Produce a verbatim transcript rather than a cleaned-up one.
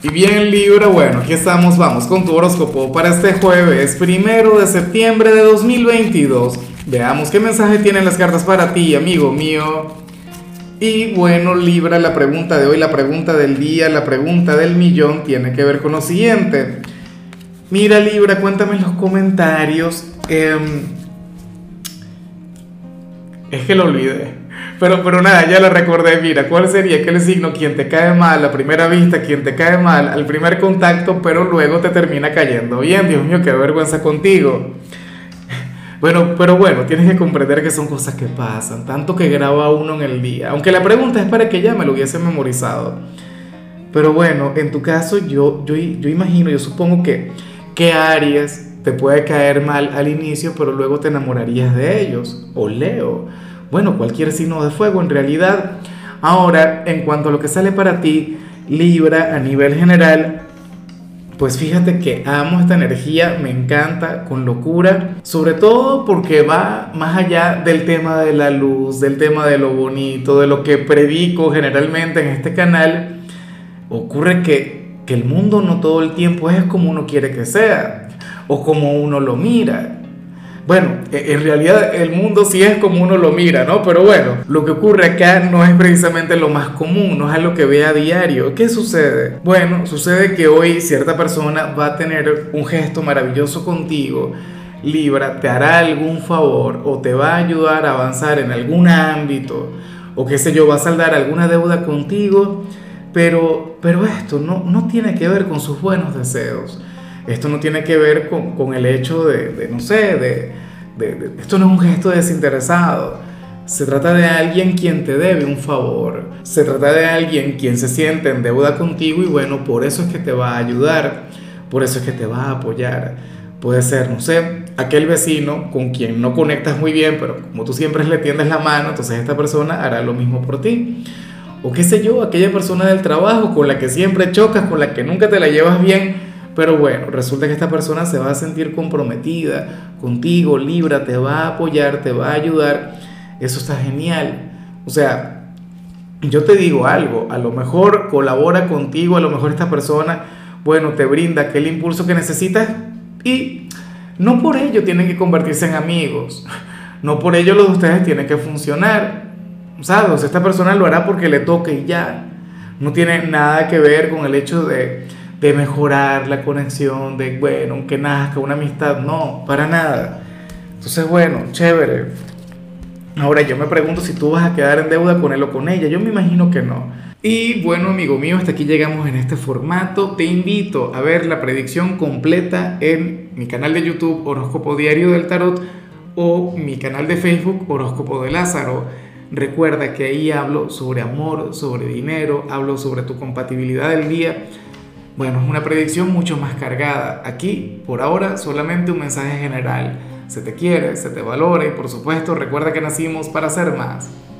Y bien Libra, bueno, aquí estamos, vamos con tu horóscopo para este jueves, primero de septiembre de dos mil veintidós. Veamos qué mensaje tienen las cartas para ti, amigo mío. Y bueno, Libra, la pregunta de hoy, la pregunta del día, la pregunta del millón tiene que ver con lo siguiente. Mira Libra, cuéntame en los comentarios. eh, es que lo olvidé. Pero, pero nada, ya lo recordé. Mira, ¿cuál sería aquel signo quien te cae mal a primera vista, quien te cae mal al primer contacto, pero luego te termina cayendo bien? Dios mío, qué vergüenza contigo. Bueno, pero bueno, tienes que comprender que son cosas que pasan, tanto que graba uno en el día. Aunque la pregunta es para que ya me lo hubiese memorizado. Pero bueno, en tu caso, yo, yo, yo imagino, yo supongo que, que Aries te puede caer mal al inicio, pero luego te enamorarías de ellos. O Leo. Bueno, cualquier signo de fuego en realidad. Ahora, en cuanto a lo que sale para ti, Libra, a nivel general, pues fíjate que amo esta energía, me encanta, con locura, sobre todo porque va más allá del tema de la luz, del tema de lo bonito, de lo que predico generalmente en este canal. Ocurre que, que el mundo no todo el tiempo es como uno quiere que sea, o como uno lo mira. Bueno, en realidad el mundo sí es como uno lo mira, ¿no? Pero bueno, lo que ocurre acá no es precisamente lo más común, no es algo que ve a diario. ¿Qué sucede? Bueno, sucede que hoy cierta persona va a tener un gesto maravilloso contigo, Libra, te hará algún favor o te va a ayudar a avanzar en algún ámbito, o qué sé yo, va a saldar alguna deuda contigo, pero, pero esto no, no tiene que ver con sus buenos deseos. Esto no tiene que ver con, con el hecho de, de no sé, de, de, de... Esto no es un gesto desinteresado. Se trata de alguien quien te debe un favor. Se trata de alguien quien se siente en deuda contigo y bueno, por eso es que te va a ayudar. Por eso es que te va a apoyar. Puede ser, no sé, aquel vecino con quien no conectas muy bien, pero como tú siempre le tiendes la mano, entonces esta persona hará lo mismo por ti. O qué sé yo, aquella persona del trabajo con la que siempre chocas, con la que nunca te la llevas bien. Pero bueno, resulta que esta persona se va a sentir comprometida contigo, Libra, te va a apoyar, te va a ayudar. Eso está genial. O sea, yo te digo algo, a lo mejor colabora contigo, a lo mejor esta persona, bueno, te brinda aquel impulso que necesitas y no por ello tienen que convertirse en amigos. No por ello los de ustedes tienen que funcionar. ¿Sabes? O sea, esta persona lo hará porque le toque y ya. No tiene nada que ver con el hecho de de mejorar la conexión, de, bueno, que nazca una amistad, no, para nada. Entonces, bueno, chévere. Ahora yo me pregunto si tú vas a quedar en deuda con él o con ella, yo me imagino que no. Y bueno, amigo mío, hasta aquí llegamos en este formato. Te invito a ver la predicción completa en mi canal de YouTube Horóscopo Diario del Tarot o mi canal de Facebook Horóscopo de Lázaro. Recuerda que ahí hablo sobre amor, sobre dinero, hablo sobre tu compatibilidad del día. Bueno, es una predicción mucho más cargada. Aquí, por ahora, solamente un mensaje general. Se te quiere, se te valora y por supuesto, recuerda que nacimos para ser más.